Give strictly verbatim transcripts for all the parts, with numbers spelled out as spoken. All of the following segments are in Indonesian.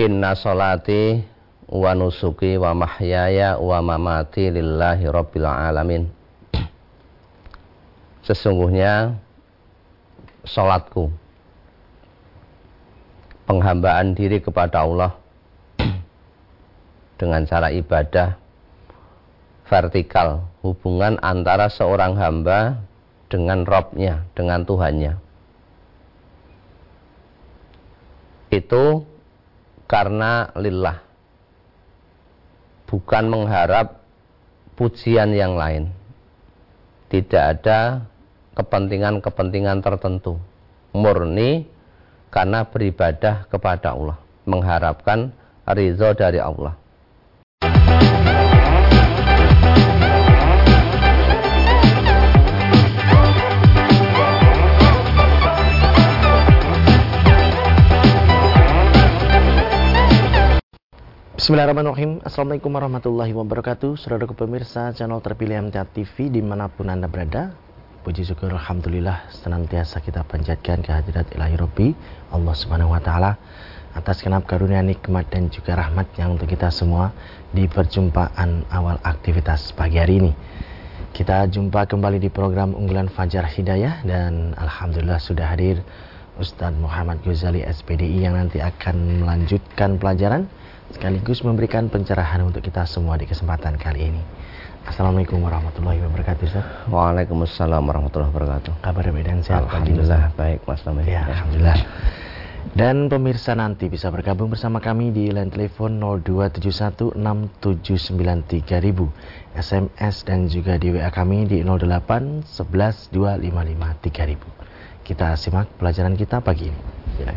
Inna sholati wa nusuki wa mahyaya wa mamati lillahi rabbil alamin. Sesungguhnya sholatku, penghambaan diri kepada Allah dengan cara ibadah vertikal, hubungan antara seorang hamba dengan Rabb-nya, dengan Tuhannya, itu karena lillah, bukan mengharap pujian yang lain. Tidak ada kepentingan-kepentingan tertentu, murni karena beribadah kepada Allah, mengharapkan ridho dari Allah. Bismillahirrahmanirrahim. Assalamualaikum warahmatullahi wabarakatuh. Saudaraku pemirsa channel terpilih M T A T V dimanapun Anda berada, puji syukur alhamdulillah senantiasa kita panjatkan kehadirat Ilahi Rabbi Allah Subhanahu wa taala atas genap karunia, nikmat dan juga rahmat yang untuk kita semua di perjumpaan awal aktivitas pagi hari ini. Kita jumpa kembali di program unggulan Fajar Hidayah, dan alhamdulillah sudah hadir Ustadz Muhammad Ghazali S P D I yang nanti akan melanjutkan pelajaran sekaligus memberikan pencerahan untuk kita semua di kesempatan kali ini. Assalamualaikum warahmatullahi wabarakatuh, Ustaz. Waalaikumsalam warahmatullahi wabarakatuh. Kabar baik dan sehat pagi, alhamdulillah baik, Mas Tamim. Ya, alhamdulillah. Dan pemirsa nanti bisa bergabung bersama kami di line telepon nol dua tujuh satu enam tujuh sembilan tiga nol nol nol, S M S dan juga di W A kami di nol delapan sebelas dua lima lima tiga nol nol nol. Kita simak pelajaran kita pagi ini. Ya.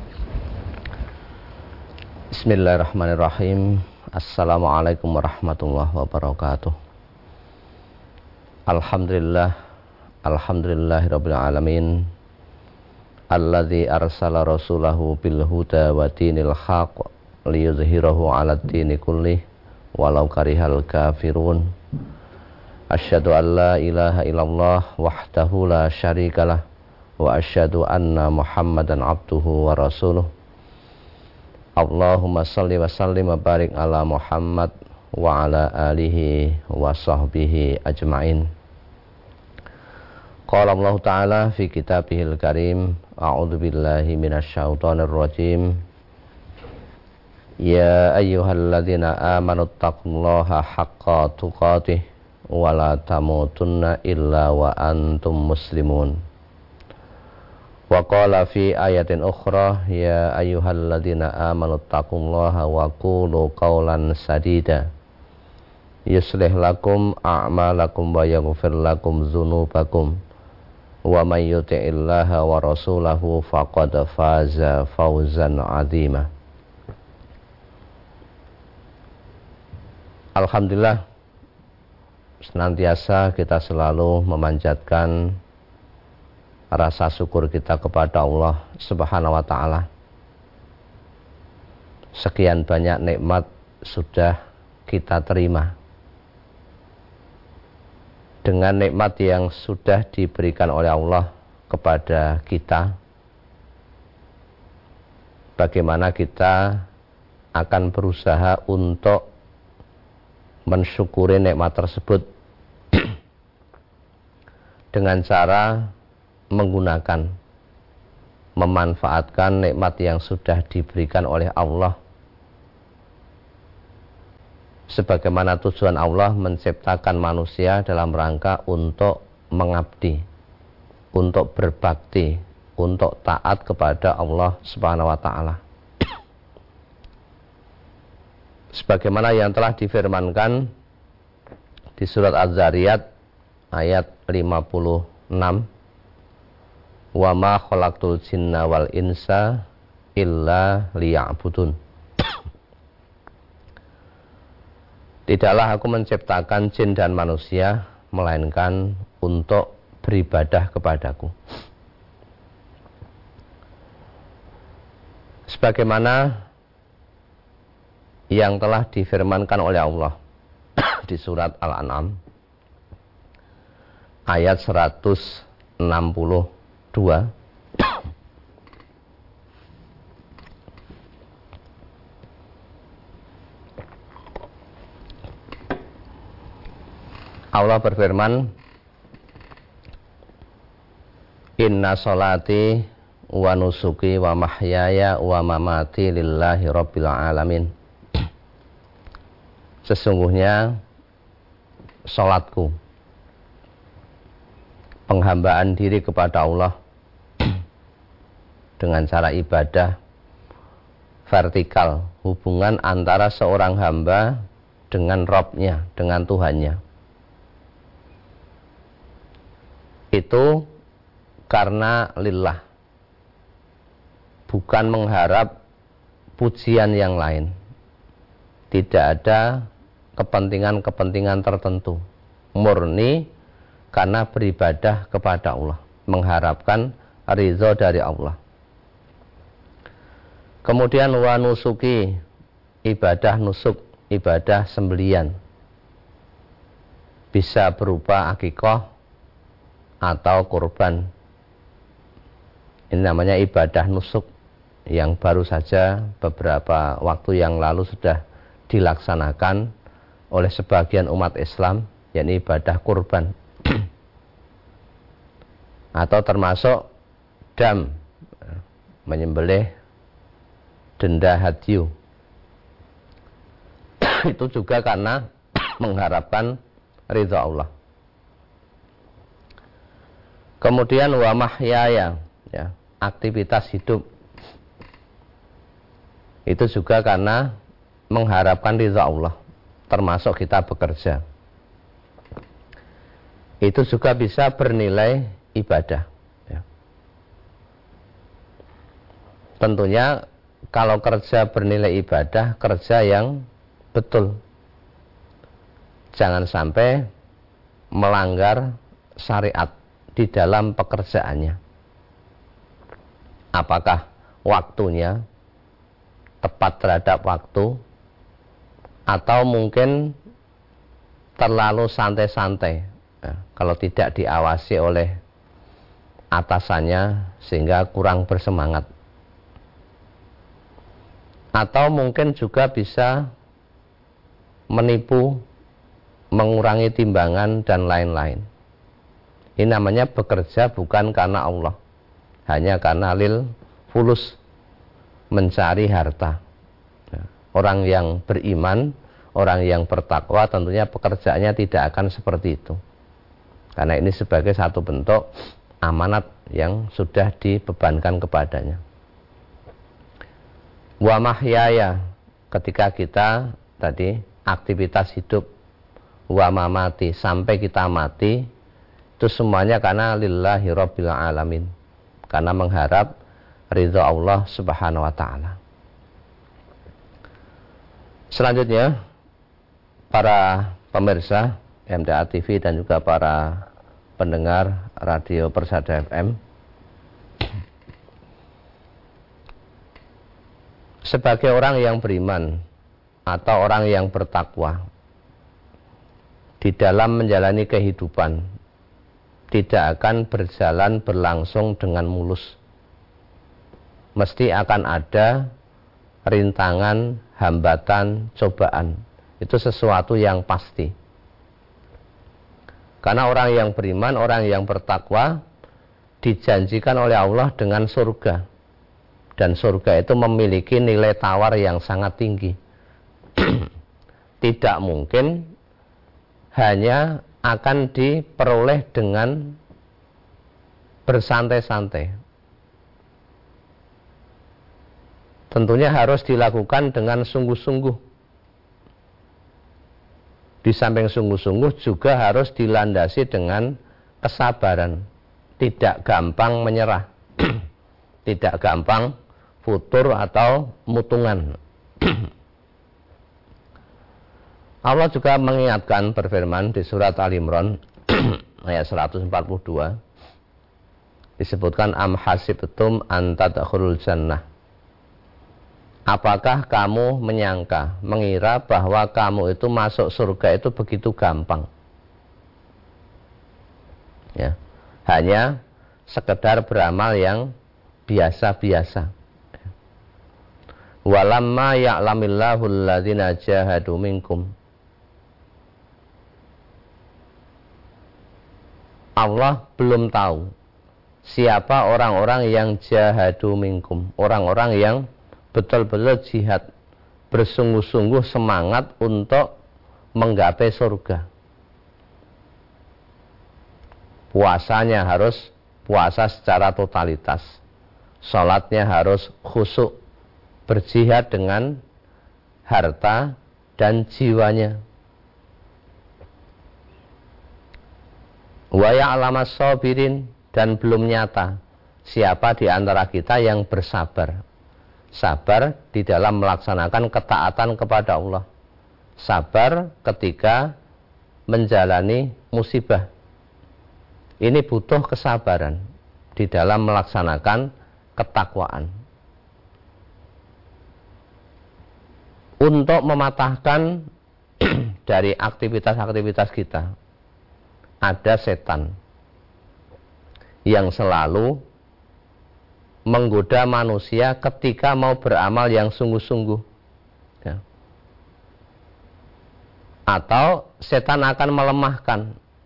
Bismillahirrahmanirrahim. Assalamualaikum warahmatullahi wabarakatuh. Alhamdulillah, alhamdulillahirabbil alamin, alladzi arsala rasulahu bil huda wa dinil haqq liyuzhirahu 'alad dini kullih walau karihal kafirun. Asyhadu an la ilaha illallah wahdahu la syarikalah wa asyhadu anna Muhammadan abduhu wa rasuluh. Allahumma salli wa sallim wa barik ala Muhammad wa ala alihi wa sahbihi ajma'in. Qala Allah Ta'ala fi kitabihil karim, a'udzu billahi minasyaitonir rajim. Ya ayyuhalladzina amanu taqullaha haqqa tuqatih wa la tamutunna illa wa antum muslimun. Wa qala fi ayatin ukhra, ya ayyuhalladzina amanu taqullaha wa qulu qawlan sadida yuslih lakum a'malakum wa yaghfir lakum dzunubakum wa may yuti'illaha wa rasulahu faqad faza fawzan 'azima. Alhamdulillah, senantiasa kita selalu memanjatkan rasa syukur kita kepada Allah Subhanahu wa ta'ala. Sekian banyak nikmat sudah kita terima. Dengan nikmat yang sudah diberikan oleh Allah kepada kita, bagaimana kita akan berusaha untuk mensyukuri nikmat tersebut dengan cara menggunakan, memanfaatkan nikmat yang sudah diberikan oleh Allah, sebagaimana tujuan Allah menciptakan manusia dalam rangka untuk mengabdi, untuk berbakti, untuk taat kepada Allah Subhanahu wa ta'ala. Sebagaimana yang telah difirmankan di surat Az-Zariyat ayat lima puluh enam, wa ma khalaqtul jinna wal insa illa liya'budun. Tidaklah aku menciptakan jin dan manusia melainkan untuk beribadah kepadaku. Sebagaimana yang telah difirmankan oleh Allah di surat Al-An'am ayat seratus enam puluh dua. Allah berfirman, inna sholati wa nusuki wa mahyaya wa mamati lillahi rabbil alamin. Sesungguhnya sholatku, penghambaan diri kepada Allah dengan cara ibadah vertikal, hubungan antara seorang hamba dengan Rabb-nya, dengan Tuhannya, itu karena lillah, bukan mengharap pujian yang lain. Tidak ada kepentingan-kepentingan tertentu, murni karena beribadah kepada Allah, mengharapkan ridho dari Allah. Kemudian wa nusuki, ibadah nusuk, ibadah sembelian, bisa berupa akikah atau kurban. Ini namanya ibadah nusuk yang baru saja beberapa waktu yang lalu sudah dilaksanakan oleh sebagian umat Islam, yakni ibadah kurban. Atau termasuk dam, menyembelih denda hadyu. Itu juga karena mengharapkan ridha Allah. Kemudian wa mahyaya, ya, aktivitas hidup, itu juga karena mengharapkan ridha Allah, termasuk kita bekerja. Itu juga bisa bernilai ibadah, ya. Tentunya kalau kerja bernilai ibadah, kerja yang betul, jangan sampai melanggar syariat di dalam pekerjaannya. Apakah waktunya tepat terhadap waktu, atau mungkin terlalu santai-santai, ya, kalau tidak diawasi oleh atasannya sehingga kurang bersemangat. Atau mungkin juga bisa menipu, mengurangi timbangan dan lain-lain. Ini namanya bekerja bukan karena Allah, hanya karena lil fulus, mencari harta. Orang yang beriman, orang yang bertakwa, tentunya pekerjaannya tidak akan seperti itu, karena ini sebagai satu bentuk amanat yang sudah dibebankan kepadanya. Wa mahyaya, ketika kita tadi aktivitas hidup, wa mamati, sampai kita mati, itu semuanya karena lillahi rabbil alamin, karena mengharap ridha Allah subhanahu wa ta'ala. Selanjutnya, para pemirsa M T A T V dan juga para pendengar Radio Persada F M, sebagai orang yang beriman atau orang yang bertakwa, di dalam menjalani kehidupan tidak akan berjalan berlangsung dengan mulus. Mesti akan ada rintangan, hambatan, cobaan. Itu sesuatu yang pasti. Karena orang yang beriman, orang yang bertakwa dijanjikan oleh Allah dengan surga. Dan surga itu memiliki nilai tawar yang sangat tinggi. Tidak mungkin hanya akan diperoleh dengan bersantai-santai. Tentunya harus dilakukan dengan sungguh-sungguh. Di samping sungguh-sungguh juga harus dilandasi dengan kesabaran. Tidak gampang menyerah. Tidak gampang futur atau mutungan. Allah juga mengingatkan, berfirman di surat Al-Imran ayat seratus empat puluh dua, disebutkan am hasibtum an tadkhulul jannah. Apakah kamu menyangka, mengira bahwa kamu itu masuk surga itu begitu gampang? Ya, hanya sekedar beramal yang biasa-biasa. Walamma ya'lamillahu alladzina jahadu minkum. Allah belum tahu siapa orang-orang yang jahadu minkum, orang-orang yang betul-betul jihad, bersungguh-sungguh semangat untuk menggapai surga. Puasanya harus puasa secara totalitas, sholatnya harus khusyuk, berjihad dengan harta dan jiwanya. Wa ya'lamas sabirin, dan belum nyata siapa di antara kita yang bersabar. Sabar di dalam melaksanakan ketaatan kepada Allah. Sabar ketika menjalani musibah. Ini butuh kesabaran di dalam melaksanakan ketakwaan. Untuk mematahkan dari aktivitas-aktivitas kita, ada setan yang selalu menggoda manusia ketika mau beramal yang sungguh-sungguh, ya. Atau setan akan melemahkan,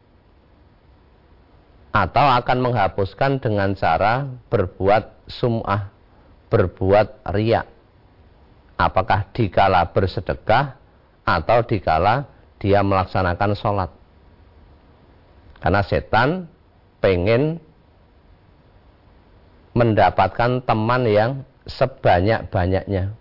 atau akan menghapuskan dengan cara berbuat sum'ah, berbuat riya. Apakah dikala bersedekah atau dikala dia melaksanakan sholat. Karena setan pengen mendapatkan teman yang sebanyak-banyaknya.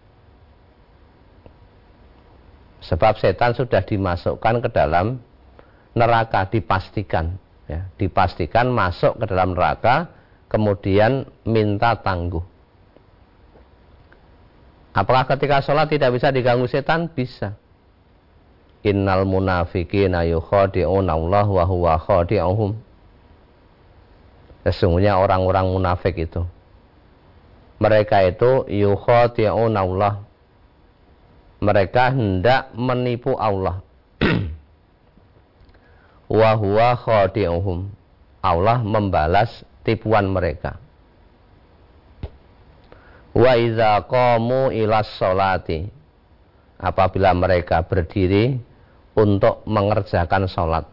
Sebab setan sudah dimasukkan ke dalam neraka, dipastikan, ya, dipastikan masuk ke dalam neraka, kemudian minta tangguh. Apakah ketika sholat tidak bisa diganggu setan? Bisa. Innal munafiqina yukhadi'una Allah wa huwa khadi'uhum. Sesungguhnya orang-orang munafik itu, mereka itu yukhadi'una Allah, mereka hendak menipu Allah. Wa huwa khadi'uhum, Allah membalas tipuan mereka. Wa idza qamu ilas sholati, apabila mereka berdiri untuk mengerjakan sholat.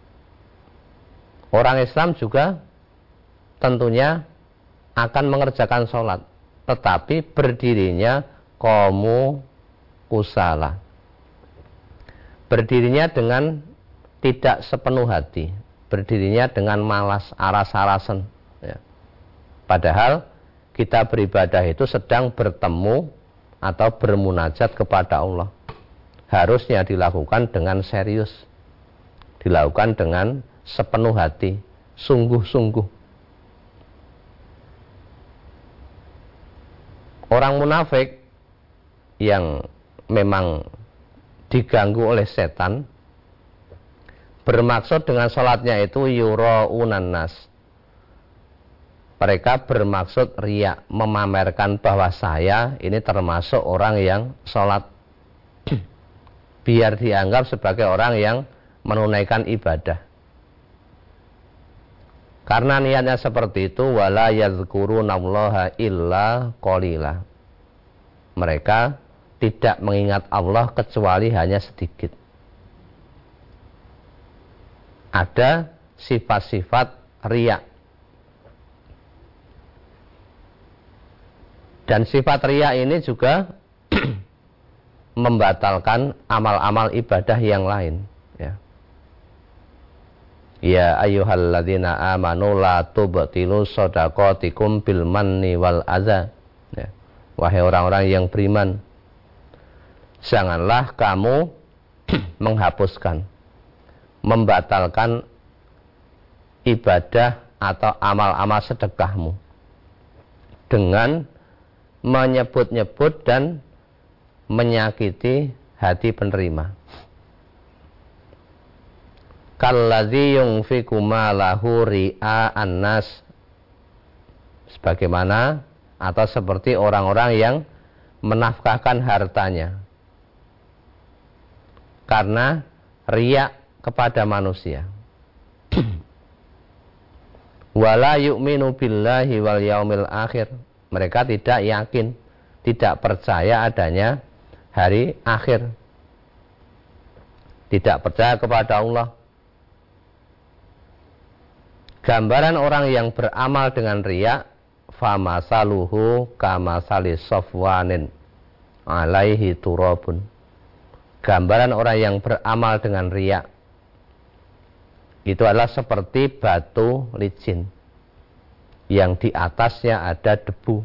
Orang Islam juga tentunya akan mengerjakan sholat, tetapi berdirinya qamu kusala, berdirinya dengan tidak sepenuh hati, berdirinya dengan malas, aras-arasan, ya. Padahal kita beribadah itu sedang bertemu atau bermunajat kepada Allah. Harusnya dilakukan dengan serius, dilakukan dengan sepenuh hati, sungguh-sungguh. Orang munafik yang memang diganggu oleh setan, bermaksud dengan sholatnya itu yura'unan nas. Mereka bermaksud riya, memamerkan bahwa saya ini termasuk orang yang sholat, biar dianggap sebagai orang yang menunaikan ibadah. Karena niatnya seperti itu, wala yadhkurunallaha illa qalila. Mereka tidak mengingat Allah kecuali hanya sedikit. Ada sifat-sifat riya. Dan sifat riya ini juga membatalkan amal-amal ibadah yang lain, ya. Ya ayyuhalladzina amanu la tubtilu shadaqatikum bil manni wal adza, ya. Wahai orang-orang yang beriman, janganlah kamu menghapuskan, membatalkan ibadah atau amal-amal sedekahmu dengan menyebut-nyebut dan menyakiti hati penerima. Kalladzi yunfiqu malahu ria'an nas, sebagaimana atau seperti orang-orang yang menafkahkan hartanya karena riya kepada manusia. Wala yu'minu billahi wal yaumil akhir, mereka tidak yakin, tidak percaya adanya hari akhir, tidak percaya kepada Allah. Gambaran orang yang beramal dengan riya, famasaluhu kamasali safwanin alaihi turabun. Gambaran orang yang beramal dengan riya itu adalah seperti batu licin yang di atasnya ada debu.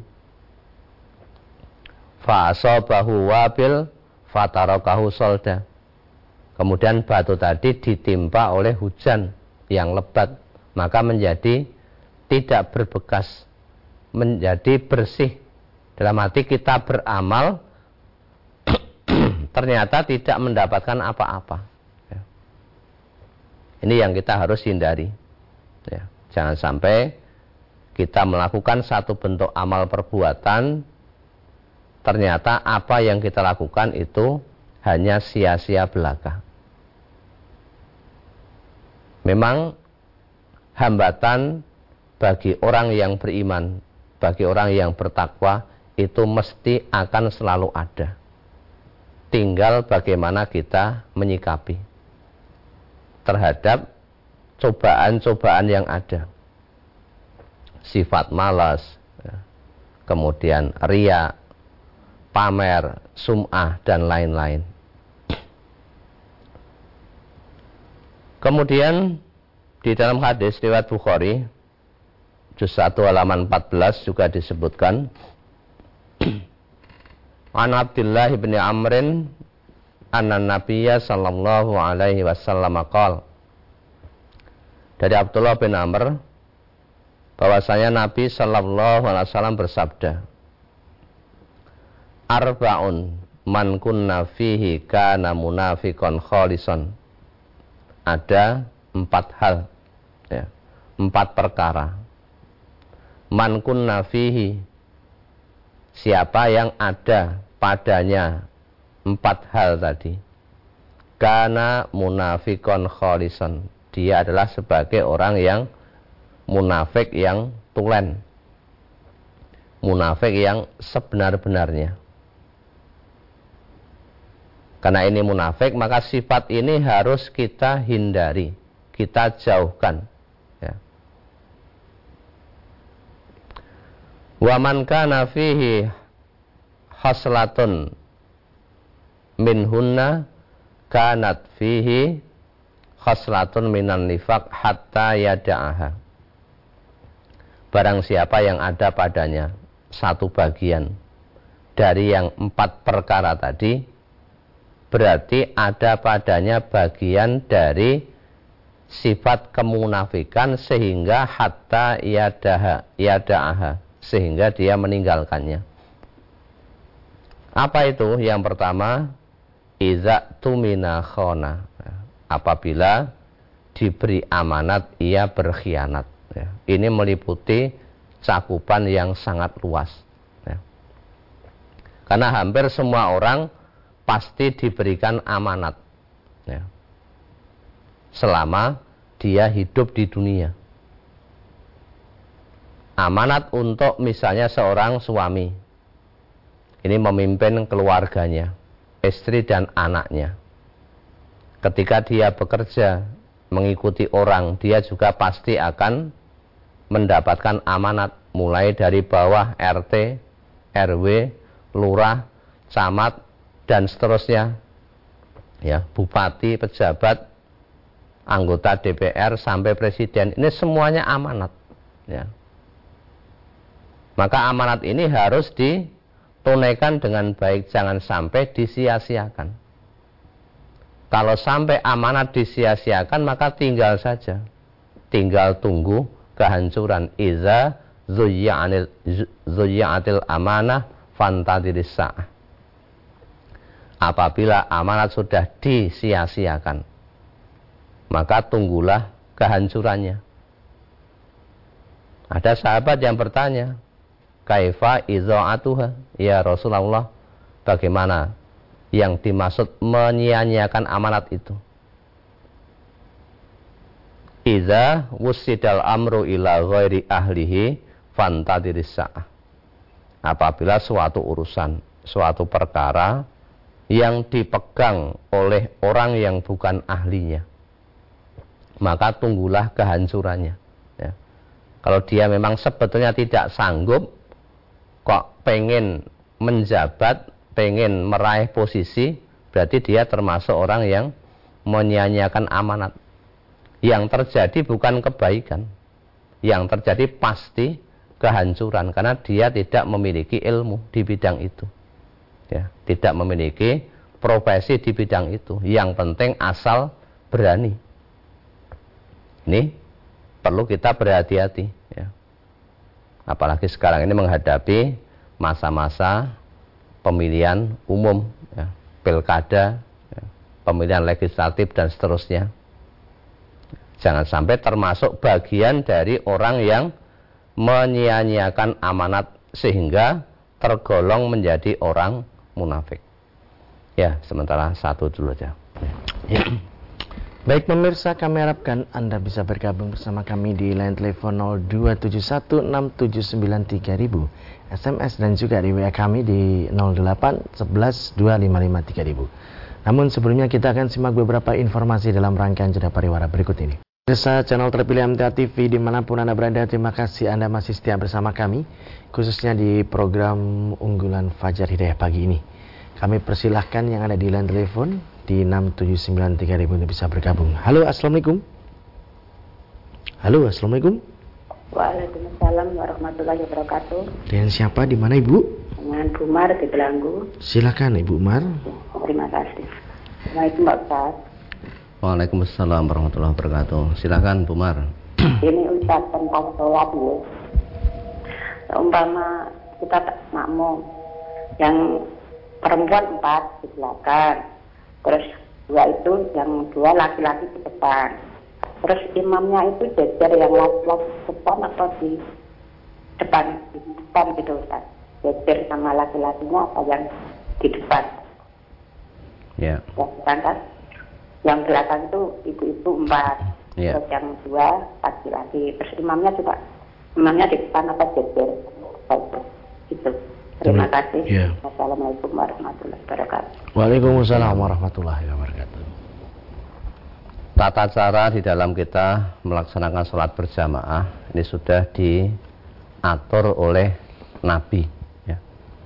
Fa asabahu wabil fatarakahu solda. Kemudian batu tadi ditimpa oleh hujan yang lebat, maka menjadi tidak berbekas, menjadi bersih. Dalam arti kita beramal ternyata tidak mendapatkan apa-apa. Ya. Ini yang kita harus hindari. Ya. Jangan sampai kita melakukan satu bentuk amal perbuatan, ternyata apa yang kita lakukan itu hanya sia-sia belaka. Memang hambatan bagi orang yang beriman, bagi orang yang bertakwa itu mesti akan selalu ada. Tinggal bagaimana kita menyikapi terhadap cobaan-cobaan yang ada. Sifat malas, kemudian riya, pamer, sum'ah, dan lain-lain. Kemudian di dalam hadis riwayat Bukhari juz satu halaman empat belas juga disebutkan, An Abdullah bin Amrin anna Nabiyya sallallahu alaihi wasallam qala. Dari Abdullah bin Amr bahwasanya Nabi sallallahu alaihi wasallam bersabda, Arba'un man kunna fihi kana munafiqan khalisan. Ada empat hal, ya, empat perkara. Man kunna fihi, siapa yang ada padanya empat hal tadi, kana munafiqan khalisan, dia adalah sebagai orang yang munafik yang tulen, munafik yang sebenar-benarnya. Karena ini munafik, maka sifat ini harus kita hindari, kita jauhkan. Ya. Wa man kana fihi haslatun minhunna kanat fihi khaslatun minan nifaq hatta yada'aha. Barang siapa yang ada padanya satu bagian dari yang empat perkara tadi, berarti ada padanya bagian dari sifat kemunafikan sehingga hatta yadaha, yada'aha, sehingga dia meninggalkannya. Apa itu? Yang pertama, iza tumina khona, apabila diberi amanat ia berkhianat. Ya. Ini meliputi cakupan yang sangat luas. Ya. Karena hampir semua orang pasti diberikan amanat, ya, selama dia hidup di dunia. Amanat untuk misalnya seorang suami, ini memimpin keluarganya, istri dan anaknya. Ketika dia bekerja mengikuti orang, dia juga pasti akan mendapatkan amanat, mulai dari bawah R T, R W, lurah, camat, dan seterusnya, ya, bupati, pejabat, anggota D P R sampai presiden, ini semuanya amanat, ya. Maka amanat ini harus ditunaikan dengan baik, jangan sampai disia-siakan. Kalau sampai amanat disia-siakan, maka tinggal saja, tinggal tunggu kehancuran. Iza zuyya'atil amanah fantadiris sa'ah. Apabila amanat sudah disia-siakan, maka tunggulah kehancurannya. Ada sahabat yang bertanya, kaifa idza'atuha ya Rasulullah, bagaimana yang dimaksud menyia-nyiakan amanat itu? Idza wusidal amru ila ghairi ahlihi fantadiris sa'ah. Apabila suatu urusan, suatu perkara yang dipegang oleh orang yang bukan ahlinya, maka tunggulah kehancurannya. Ya. Kalau dia memang sebetulnya tidak sanggup, kok pengen menjabat, pengen meraih posisi, berarti dia termasuk orang yang menyia-nyiakan amanat. Yang terjadi bukan kebaikan, yang terjadi pasti kehancuran, karena dia tidak memiliki ilmu di bidang itu, ya, tidak memiliki profesi di bidang itu. Yang penting asal berani. Ini perlu kita berhati-hati, ya. Apalagi sekarang ini menghadapi masa-masa pemilihan umum, ya, pilkada, ya, pemilihan legislatif dan seterusnya. Jangan sampai termasuk bagian dari orang yang menyia-nyiakan amanat sehingga tergolong menjadi orang munafik. Ya, sementara satu dulu aja. Ya. Baik pemirsa, kami harapkan Anda bisa bergabung bersama kami di line telepon nol dua tujuh satu enam tujuh sembilan tiga ribu, S M S dan juga di W A kami di nol delapan sebelas dua lima lima tiga ribu. Namun sebelumnya kita akan simak beberapa informasi dalam rangkaian jeda pariwara berikut ini. Pemirsa channel terpilih M T A T V dimanapun Anda berada, terima kasih Anda masih setia bersama kami, khususnya di program unggulan Fajar Hidayah pagi ini. Kami persilahkan yang ada di line telepon di enam tujuh sembilan tiga ribu untuk bisa bergabung. Halo, assalamualaikum. Halo, assalamualaikum. Waalaikumsalam warahmatullahi wabarakatuh. Dengan siapa, di mana Ibu? Dengan Bu Mar di Belanggu. Silakan Ibu Mar. Terima kasih. Assalamualaikum Pak Ustaz. Waalaikumsalam warahmatullahi wabarakatuh. Silakan Bu Mar. Ini Ustaz tentang sholat ya. Umpama kita makmum yang perempuan empat di belakang, terus dua itu yang dua laki-laki di depan. Terus imamnya itu jajar yang laki-laki di depan atau di depan, di depan gitu Ustaz. Jajar sama laki-lakinya apa yang di depan? Ya. Ya, kan? Yang belakang itu ibu-ibu empat, ya. Terus yang dua laki-laki. Terus imamnya juga, imamnya di depan apa jajar? Gitu. Terima kasih. Ya. Assalamualaikum warahmatullahi wabarakatuh. Waalaikumsalam warahmatullahi wabarakatuh. Tata cara di dalam kita melaksanakan sholat berjamaah ini sudah diatur oleh Nabi, ya.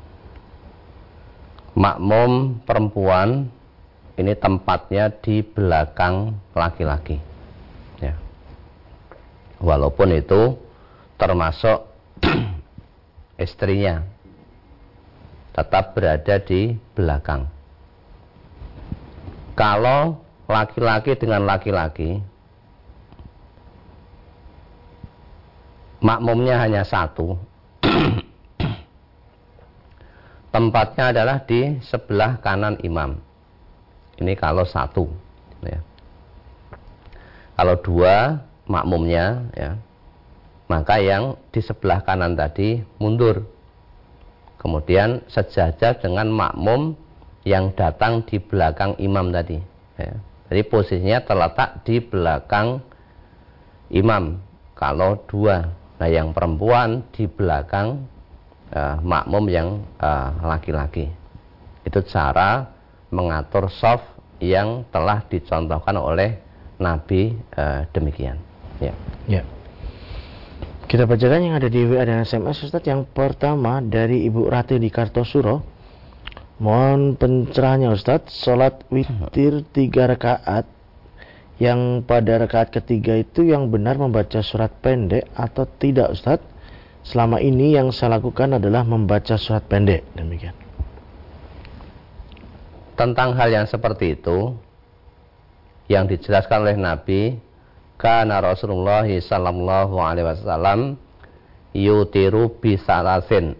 Makmum perempuan ini tempatnya di belakang laki-laki, ya. Walaupun itu termasuk istrinya, tetap berada di belakang. Kalau laki-laki dengan laki-laki, makmumnya hanya satu, tempatnya adalah di sebelah kanan imam. Ini kalau satu, ya. Kalau dua makmumnya, ya, maka yang di sebelah kanan tadi mundur, kemudian sejajar dengan makmum yang datang di belakang imam tadi, ya. Jadi posisinya terletak di belakang imam kalau dua. Nah yang perempuan di belakang uh, makmum yang uh, laki-laki. Itu cara mengatur shaf yang telah dicontohkan oleh Nabi, uh, demikian, ya. Ya. Kita bacakan yang ada di W A dan S M S Ustaz. Yang pertama dari Ibu Rati di Kartosuro. Mohon pencerahannya Ustaz. Sholat witir tiga rakaat, yang pada rakaat ketiga itu yang benar membaca surat pendek atau tidak Ustaz? Selama ini yang saya lakukan adalah membaca surat pendek. Demikian. Tentang hal yang seperti itu, yang dijelaskan oleh Nabi, kana Rasulullah sallallahu alaihi wasallam yutiru bi salasin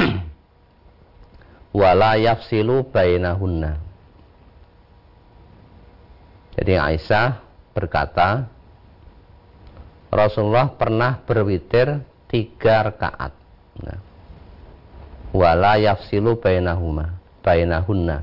wala yafsilu bainahunna. Jadi Aisyah berkata, Rasulullah pernah berwitir tiga rakaat, nah, wala yafsilu bainahuma bainahunna.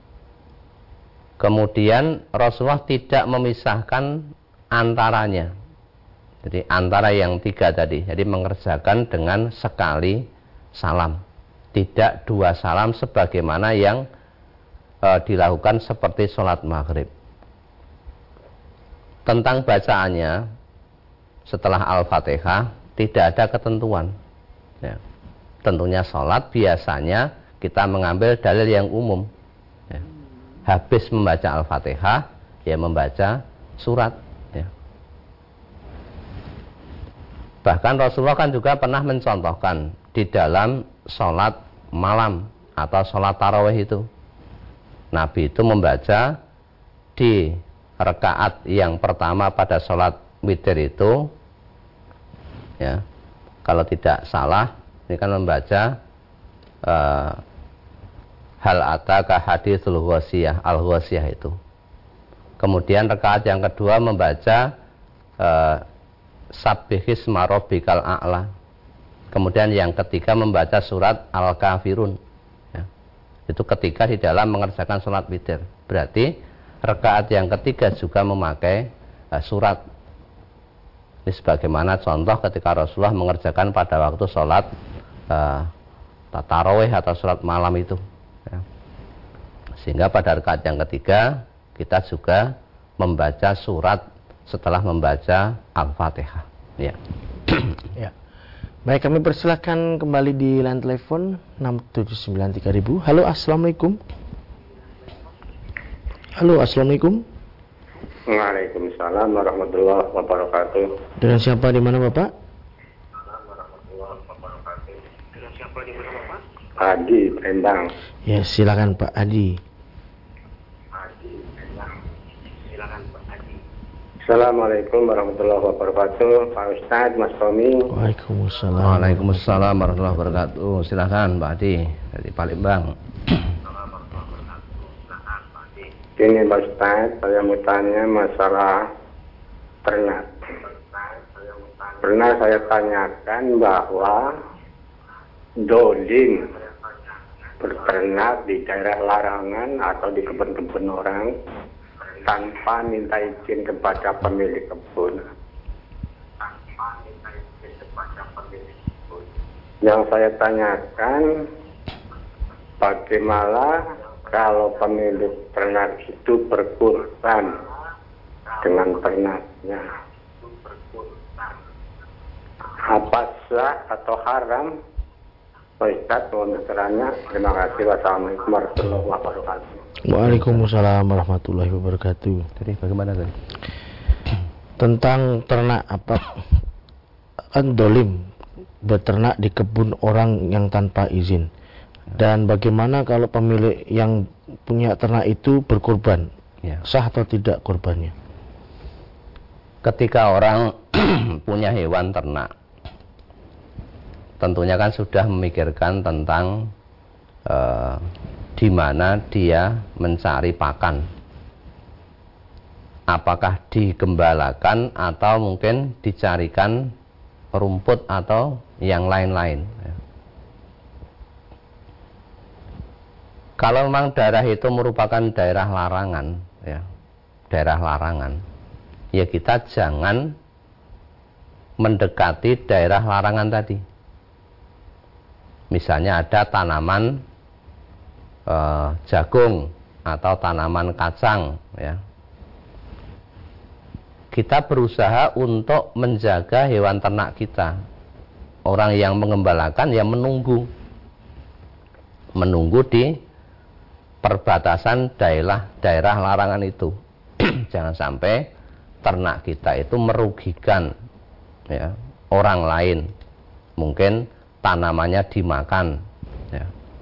Kemudian Rasulullah tidak memisahkan antaranya. Jadi antara yang tiga tadi, jadi mengerjakan dengan sekali salam, tidak dua salam sebagaimana yang e, dilakukan seperti sholat maghrib. Tentang bacaannya setelah Al-Fatihah tidak ada ketentuan. Ya. Tentunya sholat biasanya kita mengambil dalil yang umum. Ya. Habis membaca Al-Fatihah, ya membaca surat. Ya. Bahkan Rasulullah kan juga pernah mencontohkan di dalam sholat malam atau sholat tarawih itu. Nabi itu membaca di rakaat yang pertama pada sholat witir itu, ya, kalau tidak salah, ini kan membaca uh, hal ataka haditsul ghasiyah, al-ghasiyah itu. Kemudian rakaat yang kedua membaca uh, sabbihisma rabbikal a'la. Kemudian yang ketiga membaca surat Al-Kafirun. Ya. Itu ketika di dalam mengerjakan sholat witir. Berarti rakaat yang ketiga juga memakai uh, surat. Ini sebagaimana contoh ketika Rasulullah mengerjakan pada waktu sholat uh, tarawih atau sholat malam itu. Ya. Sehingga pada rakaat yang ketiga kita juga membaca surat setelah membaca Al-Fatihah. Ya. Ya. Baik, kami persilahkan kembali di line telepon enam tujuh sembilan tiga ribu. Halo, assalamualaikum. Halo, assalamualaikum. Waalaikumsalam warahmatullahi wabarakatuh. Dengan siapa di mana Bapak? Dengan siapa di mana Bapak? Adi, Palembang. Ya, silakan Pak Adi. Adi, Palembang. Silakan Pak Adi. Assalamualaikum warahmatullahi wabarakatuh. Pak Ustadz, Mas Tommy. Waalaikumsalam. Waalaikumsalam warahmatullahi wabarakatuh. Silakan Pak Adi dari Palembang. Ini Pak Ustadz, saya mau tanya masalah ternak. Pernah saya tanyakan bahwa dolim berternak di daerah larangan atau di kebun-kebun orang tanpa minta izin kepada pemilik kebun. Yang saya tanyakan, bagaimana kalau pemilik ternak itu berkurban dengan ternaknya, apa sah atau haram? Ustaz, mohon keterangannya. Terima kasih. Wassalamualaikum warahmatullahi wabarakatuh. Waalaikumsalam warahmatullahi wabarakatuh. Jadi bagaimana tadi? Tentang ternak apa? Kan dolim beternak di kebun orang yang tanpa izin. Dan bagaimana kalau pemilik yang punya ternak itu berkorban? Ya. Sah atau tidak korbannya? Ketika orang punya hewan ternak, tentunya kan sudah memikirkan tentang uh, di mana dia mencari pakan. Apakah digembalakan atau mungkin dicarikan rumput atau yang lain-lain. Kalau memang daerah itu merupakan daerah larangan, ya, daerah larangan, ya kita jangan mendekati daerah larangan tadi. Misalnya ada tanaman eh, jagung atau tanaman kacang, ya. Kita berusaha untuk menjaga hewan ternak kita. Orang yang mengembalakan ya menunggu, menunggu di perbatasan daerah daerah larangan itu. Jangan sampai ternak kita itu merugikan, ya, orang lain. Mungkin tanamannya dimakan, ya,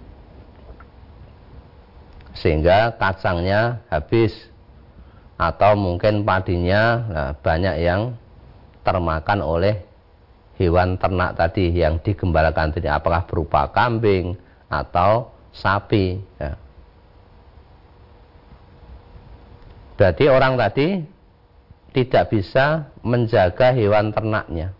sehingga kacangnya habis, atau mungkin padinya nah, banyak yang termakan oleh hewan ternak tadi yang digembalakan tadi, apakah berupa kambing atau sapi, ya. Berarti orang tadi tidak bisa menjaga hewan ternaknya.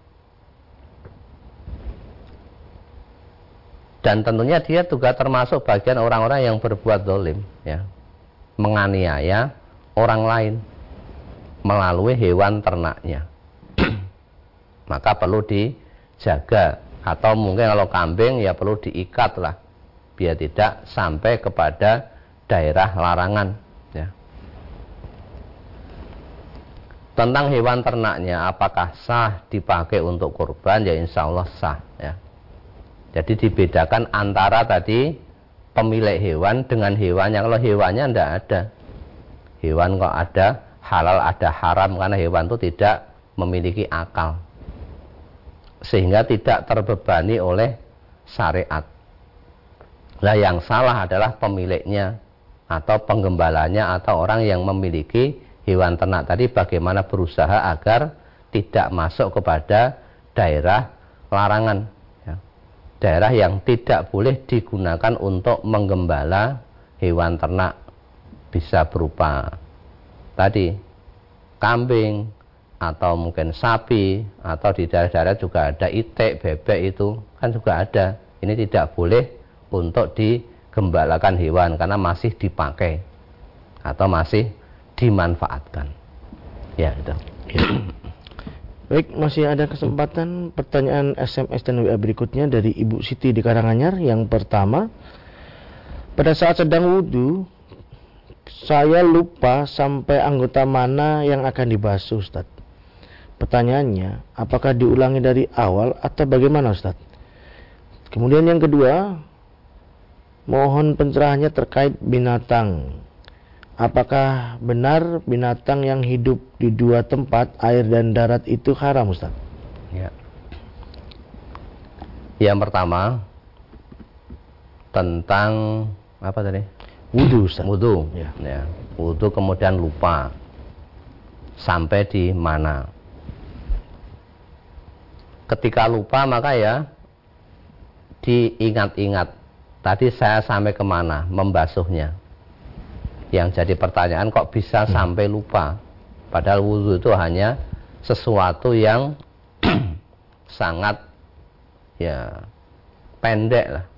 Dan tentunya dia juga termasuk bagian orang-orang yang berbuat zalim, ya. Menganiaya orang lain melalui hewan ternaknya. Maka perlu dijaga. Atau mungkin kalau kambing ya perlu diikat lah, biar tidak sampai kepada daerah larangan, ya. Tentang hewan ternaknya, apakah sah dipakai untuk kurban? Ya insya Allah sah ya. Jadi dibedakan antara tadi pemilik hewan dengan hewannya. Kalau hewannya tidak ada, hewan kok ada halal ada haram, karena hewan itu tidak memiliki akal, sehingga tidak terbebani oleh syariat. Nah yang salah adalah pemiliknya atau penggembalanya atau orang yang memiliki hewan ternak tadi, bagaimana berusaha agar tidak masuk kepada daerah larangan ya. Daerah yang tidak boleh digunakan untuk menggembala hewan ternak, bisa berupa tadi kambing atau mungkin sapi, atau di daerah-daerah juga ada itik, bebek, itu kan juga ada. Ini tidak boleh untuk digembalakan hewan karena masih dipakai atau masih dimanfaatkan. Ya itu. Ya. Baik, masih ada kesempatan pertanyaan S M S dan W A berikutnya dari Ibu Siti di Karanganyar. Yang pertama, pada saat sedang wudhu saya lupa sampai anggota mana yang akan dibasuh, Ustaz. Pertanyaannya, apakah diulangi dari awal atau bagaimana, Ustaz? Kemudian yang kedua, mohon pencerahannya terkait binatang. Apakah benar binatang yang hidup di dua tempat, air dan darat, itu haram, Ustaz? Ya. Yang pertama tentang apa tadi? Wudu, Ustaz. Wudu. Ya. Ya. Wudu kemudian lupa sampai di mana. Ketika lupa maka ya diingat-ingat. Tadi saya sampai kemana membasuhnya. Yang jadi pertanyaan, kok bisa hmm. sampai lupa? Padahal wudu itu hanya sesuatu yang sangat ya pendek lah.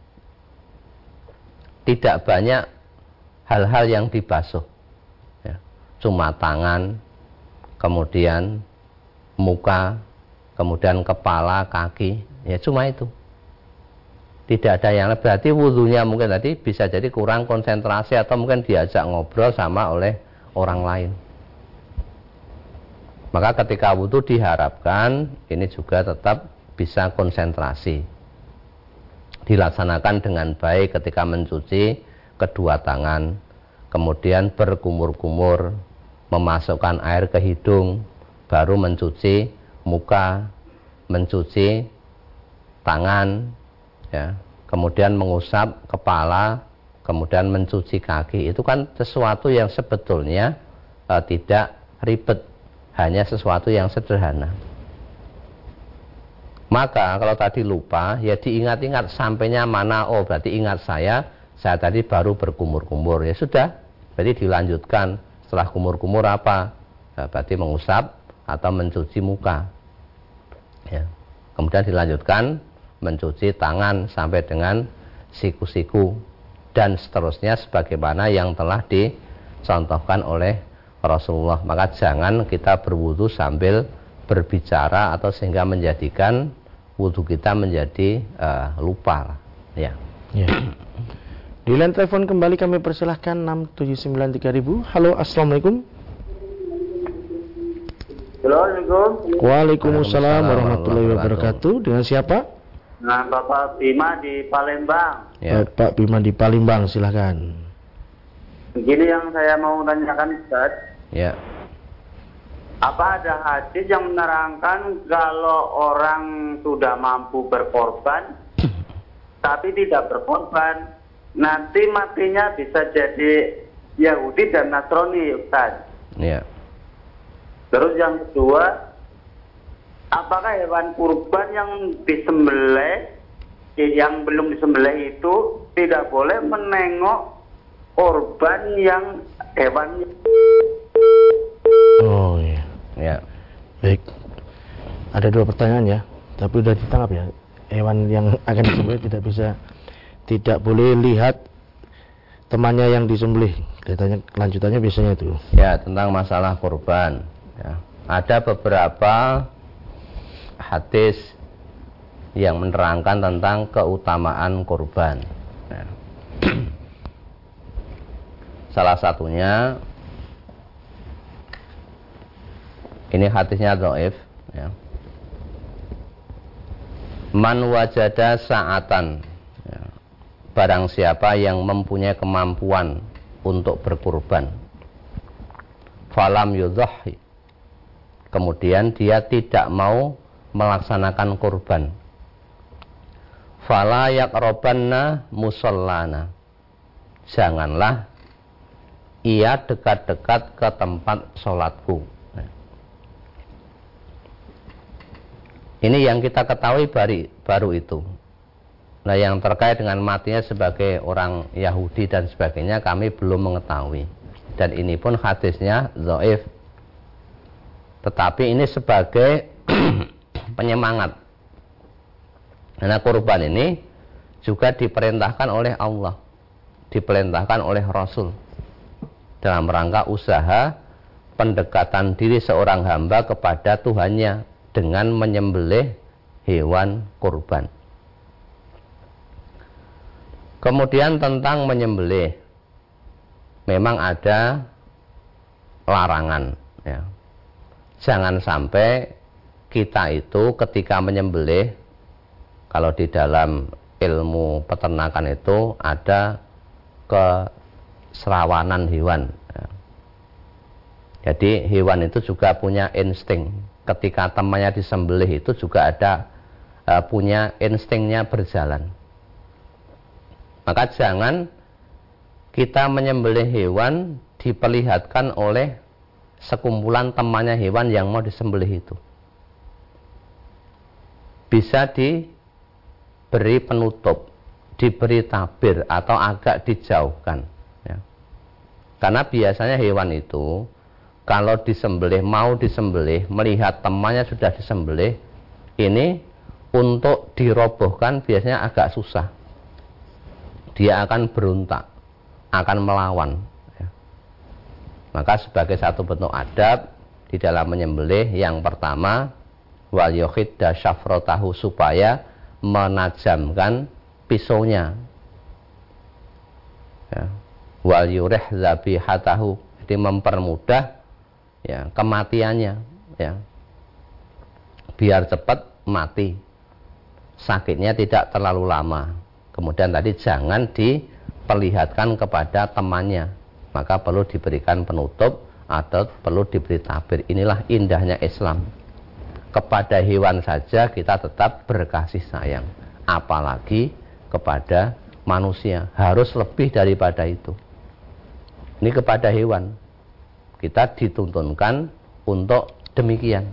Tidak banyak hal-hal yang dibasuh ya. Cuma tangan, kemudian muka, kemudian kepala, kaki, ya cuma itu. Tidak ada yang lain. Berarti wudunya mungkin tadi bisa jadi kurang konsentrasi, atau mungkin diajak ngobrol sama oleh orang lain. Maka ketika wudu diharapkan ini juga tetap bisa konsentrasi, dilaksanakan dengan baik ketika mencuci kedua tangan, kemudian berkumur-kumur, memasukkan air ke hidung, baru mencuci muka, mencuci tangan ya, kemudian mengusap kepala, kemudian mencuci kaki. Itu kan sesuatu yang sebetulnya e, tidak ribet, hanya sesuatu yang sederhana. Maka kalau tadi lupa, ya diingat-ingat sampainya mana. Oh berarti ingat saya, saya tadi baru berkumur-kumur. Ya sudah, berarti dilanjutkan. Setelah kumur-kumur apa? Nah, berarti mengusap atau mencuci muka ya. Kemudian dilanjutkan mencuci tangan sampai dengan siku-siku, dan seterusnya sebagaimana yang telah dicontohkan oleh Rasulullah. Maka jangan kita berwudu sambil berbicara, atau sehingga menjadikan wudu kita menjadi uh, lupa ya. Ya. Di line telepon kembali kami persilahkan enam tujuh sembilan tiga ribu. Halo, assalamualaikum. Assalamualaikum. Waalaikumsalam warahmatullahi wabarakatuh. Dengan siapa? Nah, Bapak Bima di Palembang. Ya. Bapak Bima di Palembang, silahkan. Begini yang saya mau tanyakan, Ustaz. Ya. Apa ada hadis yang menerangkan kalau orang sudah mampu berkorban tapi tidak berkorban, nanti matinya bisa jadi Yahudi dan Nasrani, Ustaz? Ya. Terus yang kedua, apakah hewan kurban yang disembelih, yang belum disembelih itu tidak boleh menengok korban yang hewan? Oh iya. Ya. Baik. Ada dua pertanyaan ya, tapi sudah ditangkap ya. Hewan yang akan disembelih tidak bisa, tidak boleh lihat temannya yang disembelih. Katanya kelanjutannya biasanya itu. Ya, tentang masalah kurban. Ya. Ada beberapa hadis yang menerangkan tentang keutamaan kurban. Nah. Salah satunya Ini hadisnya dhaif, ya. Man wajada sa'atan, ya. Barang siapa yang mempunyai kemampuan untuk berkurban, falam yudhahi, kemudian dia tidak mau melaksanakan kurban, fala yaqrabanna musallana, janganlah ia dekat-dekat ke tempat sholatku. Ini yang kita ketahui baru, baru itu. Nah, yang terkait dengan matinya sebagai orang Yahudi dan sebagainya kami belum mengetahui. Dan ini pun hadisnya dhaif. Tetapi ini sebagai penyemangat. Karena kurban ini juga diperintahkan oleh Allah, diperintahkan oleh Rasul dalam rangka usaha pendekatan diri seorang hamba kepada Tuhannya dengan menyembelih hewan kurban. Kemudian tentang menyembelih, memang ada larangan, ya. Jangan sampai kita itu ketika menyembelih, kalau di dalam ilmu peternakan itu ada keserawanan hewan, ya. Jadi hewan itu juga punya insting. Ketika temannya disembelih itu juga ada uh, punya instingnya berjalan. Maka jangan kita menyembelih hewan diperlihatkan oleh sekumpulan temannya hewan yang mau disembelih itu. Bisa diberi penutup, diberi tabir atau agak dijauhkan, ya. Karena biasanya hewan itu kalau disembelih, mau disembelih, melihat temannya sudah disembelih, ini untuk dirobohkan biasanya agak susah. Dia akan berontak, akan melawan, ya. Maka sebagai satu bentuk adab di dalam menyembelih, yang pertama wal yukhidda syafrotahu, supaya menajamkan pisaunya, ya. Wal yurih zabihatahu, jadi mempermudah, ya, kematiannya, ya, biar cepat mati, sakitnya tidak terlalu lama. Kemudian tadi jangan diperlihatkan kepada temannya, maka perlu diberikan penutup atau perlu diberi tabir. Inilah indahnya Islam. Kepada hewan saja kita tetap berkasih sayang, apalagi kepada manusia harus lebih daripada itu. Ini kepada hewan kita dituntunkan untuk demikian.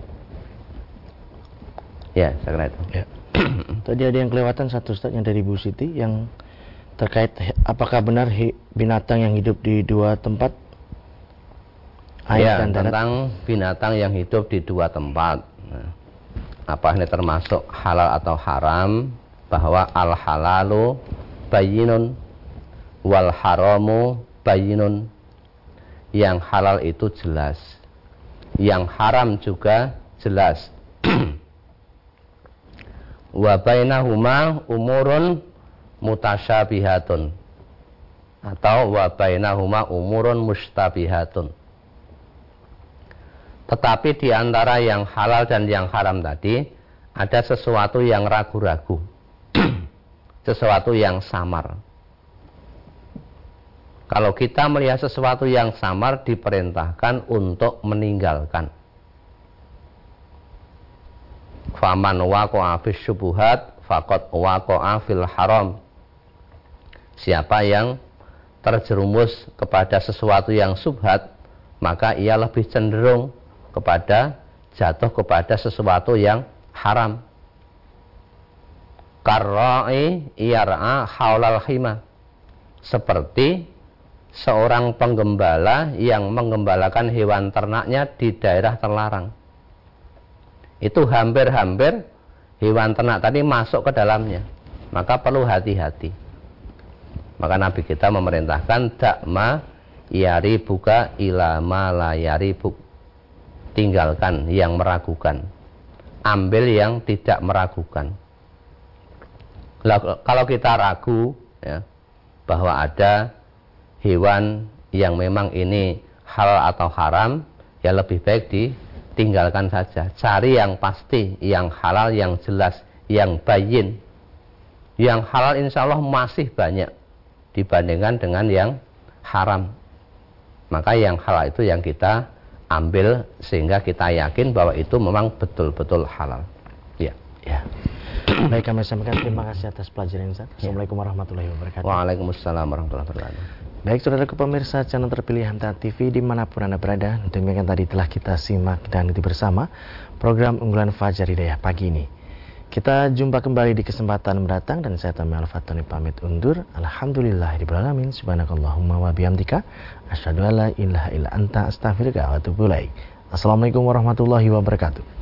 Ya, saya kira itu. Ya. Tadi ada yang kelewatan satu, Ustaz, yang dari Bu Siti, yang terkait apakah benar binatang yang hidup di dua tempat, air ya, dan darat? Tentang binatang yang hidup di dua tempat. Nah, apa ini termasuk halal atau haram? Bahwa al halalu bayyinun wal haramu bayyinun. Yang halal itu jelas, yang haram juga jelas. Wa bainahuma umurun mutasyabihatun, atau wa bainahuma umurun mustabihatun. Tetapi di antara yang halal dan yang haram tadi ada sesuatu yang ragu-ragu, sesuatu yang samar. Kalau kita melihat sesuatu yang samar, diperintahkan untuk meninggalkan. Faman waqa'a fis syubuhat faqad waqa'a fil haram. Siapa yang terjerumus kepada sesuatu yang subhat, maka ia lebih cenderung kepada jatuh kepada sesuatu yang haram. Karra'i yar'a haulal khima, seperti seorang penggembala yang menggembalakan hewan ternaknya di daerah terlarang. Itu hampir-hampir hewan ternak tadi masuk ke dalamnya, maka perlu hati-hati. Maka Nabi kita memerintahkan dakma yaribuka ila ma la yaribuk, tinggalkan yang meragukan, ambil yang tidak meragukan. Kalau kita ragu, ya, bahwa ada hewan yang memang ini halal atau haram, ya lebih baik di tinggalkan saja. Cari yang pasti, yang halal, yang jelas, yang bayin. Yang halal insya Allah masih banyak dibandingkan dengan yang haram. Maka yang halal itu yang kita ambil sehingga kita yakin bahwa itu memang betul-betul halal. Ya. Ya. Baik, kami sampaikan terima kasih atas pelajaran Ustaz. Assalamualaikum warahmatullahi wabarakatuh. Waalaikumsalam warahmatullahi wabarakatuh. Baik, saudara pemirsa channel terpilih M T A T V dimanapun Anda berada, demikian tadi telah kita simak dan ikuti bersama program unggulan Fajar Hidayah pagi ini. Kita jumpa kembali di kesempatan mendatang dan saya Tami Al-Fatani pamit undur. Alhamdulillahirabbil alamin. Subhanakallahumma wa bihamdika asyhadu an la ilaha illa anta astaghfiruka wa atubu ilaik. Assalamualaikum warahmatullahi wabarakatuh.